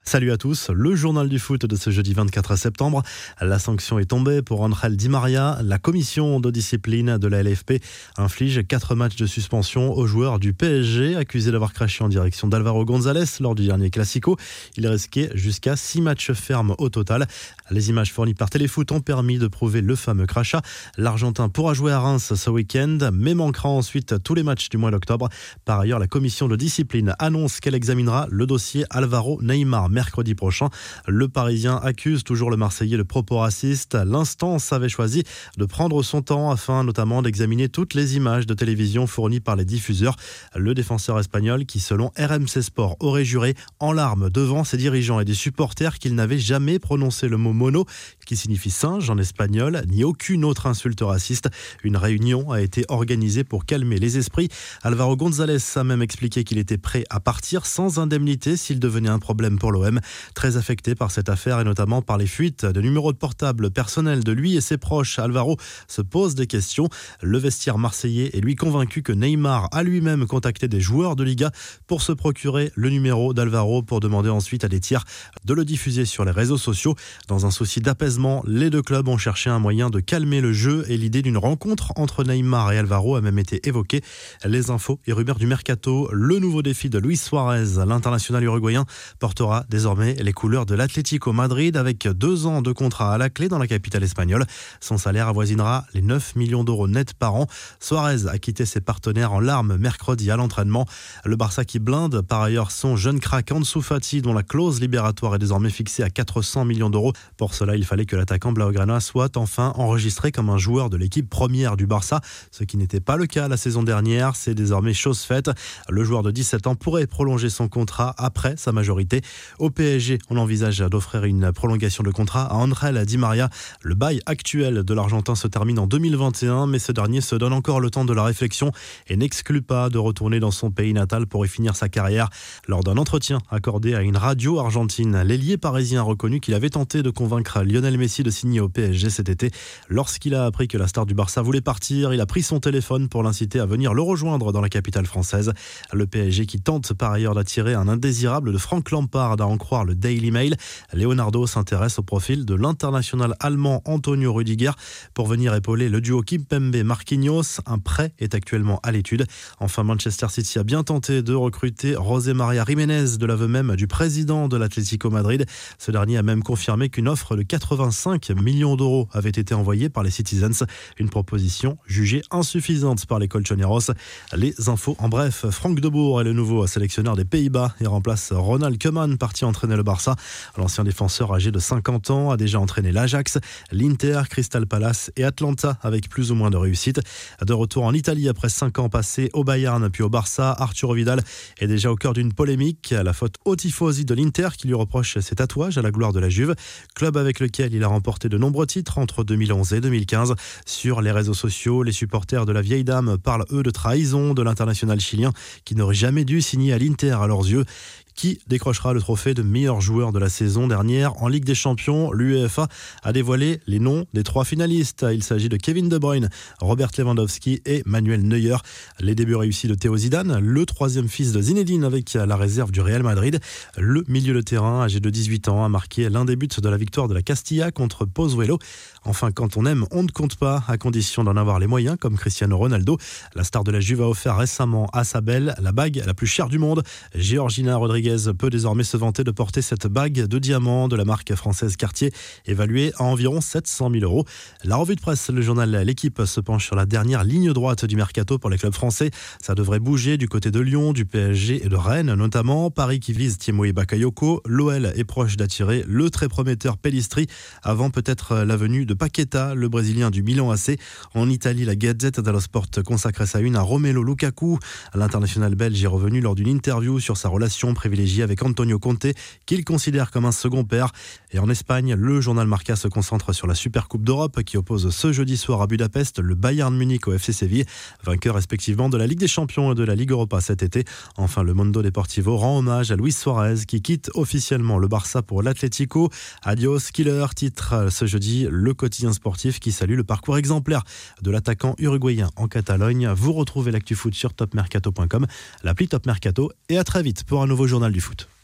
Salut à tous, le journal du foot de ce jeudi 24 septembre. La sanction est tombée pour Ángel Di María. La commission de discipline de la LFP inflige 4 matchs de suspension aux joueurs du PSG, accusés d'avoir craché en direction d'Álvaro González lors du dernier Classico. Il risquait jusqu'à 6 matchs fermes au total. Les images fournies par Téléfoot ont permis de prouver le fameux crachat. L'Argentin pourra jouer à Reims ce week-end, mais manquera ensuite tous les matchs du mois d'octobre. Par ailleurs, la commission de discipline annonce qu'elle examinera le dossier Álvaro Neymar mercredi prochain. Le Parisien accuse toujours le Marseillais de propos racistes. L'instance avait choisi de prendre son temps afin notamment d'examiner toutes les images de télévision fournies par les diffuseurs. Le défenseur espagnol qui, selon RMC Sport, aurait juré en larmes devant ses dirigeants et des supporters qu'il n'avait jamais prononcé le mot mono, qui signifie singe en espagnol, ni aucune autre insulte raciste. Une réunion a été organisée pour calmer les esprits. Álvaro González a même expliqué qu'il était prêt à partir sans indemnité s'il devenait un problème pour l'OM. Très affecté par cette affaire et notamment par les fuites de numéros de portable personnels de lui et ses proches, Álvaro se pose des questions. Le vestiaire marseillais est lui convaincu que Neymar a lui-même contacté des joueurs de Liga pour se procurer le numéro d'Álvaro pour demander ensuite à des tiers de le diffuser sur les réseaux sociaux. Dans un souci d'apaisement, les deux clubs ont cherché un moyen de calmer le jeu et l'idée d'une rencontre entre Neymar et Álvaro a même été évoquée. Les infos et rumeurs du mercato, le nouveau défi de Luis Suárez, l'international uruguayen, portera désormais les couleurs de l'Atlético Madrid avec 2 ans de contrat à la clé dans la capitale espagnole. Son salaire avoisinera les 9 millions d'euros net par an. Suárez a quitté ses partenaires en larmes mercredi à l'entraînement. Le Barça qui blinde par ailleurs son jeune crack Ansu Fati dont la clause libératoire est désormais fixée à 400 millions d'euros. Pour cela, il fallait que l'attaquant blaugrana soit enfin enregistré comme un joueur de l'équipe première du Barça, ce qui n'était pas le cas la saison dernière. C'est désormais chose faite. Le joueur de 17 ans pourrait prolonger son contrat après sa majorité. Au PSG, on envisage d'offrir une prolongation de contrat à Ángel Di María. Le bail actuel de l'Argentin se termine en 2021, mais ce dernier se donne encore le temps de la réflexion et n'exclut pas de retourner dans son pays natal pour y finir sa carrière. Lors d'un entretien accordé à une radio argentine, l'ailier parisien a reconnu qu'il avait tenté de convaincre Lionel Messi de signer au PSG cet été. Lorsqu'il a appris que la star du Barça voulait partir, il a pris son téléphone pour l'inciter à venir le rejoindre dans la capitale française. Le PSG qui tente par ailleurs d'attirer un indésirable de Frank Lampard, à en croire le Daily Mail. Leonardo s'intéresse au profil de l'international allemand Antonio Rüdiger pour venir épauler le duo Kimpembe-Marquinhos. Un prêt est actuellement à l'étude. Enfin, Manchester City a bien tenté de recruter José María Giménez de l'aveu même du président de l'Atlético Madrid. Ce dernier a même confirmé qu'une offre de 85 millions d'euros avait été envoyée par les Citizens. Une proposition jugée insuffisante par les Colchoneros. Les infos en bref, Frank de Boer est le nouveau sélectionneur des Pays-Bas et remplace Ronald Koeman, parti entraîner le Barça. L'ancien défenseur âgé de 50 ans a déjà entraîné l'Ajax, l'Inter, Crystal Palace et Atlanta avec plus ou moins de réussite. De retour en Italie après 5 ans passés au Bayern puis au Barça, Arturo Vidal est déjà au cœur d'une polémique. La faute aux tifosi de l'Inter qui lui reproche ses tatouages à la gloire de la Juve, club avec lequel il a remporté de nombreux titres entre 2011 et 2015. Sur les réseaux sociaux, les supporters de la vieille dame parlent eux de trahison de l'international chilien qui n'aurait jamais dû signer à l'Inter à leurs yeux. Qui décrochera le trophée de meilleur joueur de la saison dernière en Ligue des Champions? L'UEFA a dévoilé les noms des 3 finalistes. Il s'agit de Kevin De Bruyne, Robert Lewandowski et Manuel Neuer. Les débuts réussis de Théo Zidane, le 3e fils de Zinedine avec la réserve du Real Madrid. Le milieu de terrain, âgé de 18 ans, a marqué l'un des buts de la victoire de la Castilla contre Pozuelo. Enfin, quand on aime, on ne compte pas, à condition d'en avoir les moyens, comme Cristiano Ronaldo. La star de la Juve a offert récemment à sa belle la bague la plus chère du monde. Georgina Rodriguez peut désormais se vanter de porter cette bague de diamant de la marque française Cartier, évaluée à environ 700 000 euros. La revue de presse, le journal L'Équipe se penche sur la dernière ligne droite du mercato pour les clubs français. Ça devrait bouger du côté de Lyon, du PSG et de Rennes notamment. Paris qui vise Tiémoué Bakayoko. L'OL est proche d'attirer le très prometteur Pellistri avant peut-être la venue de Paqueta, le Brésilien du Milan AC. En Italie, la Gazette dello Sport consacrait sa une à Romelu Lukaku. L'international belge est revenu lors d'une interview sur sa relation privilégiée avec Antonio Conte, qu'il considère comme un second père. Et en Espagne, le journal Marca se concentre sur la Supercoupe d'Europe qui oppose ce jeudi soir à Budapest le Bayern Munich au FC Séville, vainqueur respectivement de la Ligue des Champions et de la Ligue Europa cet été. Enfin, le Mundo Deportivo rend hommage à Luis Suárez qui quitte officiellement le Barça pour l'Atlético. Adios killer, titre ce jeudi le quotidien sportif qui salue le parcours exemplaire de l'attaquant uruguayen en Catalogne. Vous retrouvez l'actu foot sur topmercato.com, l'appli Top Mercato, et à très vite pour un nouveau journal du foot.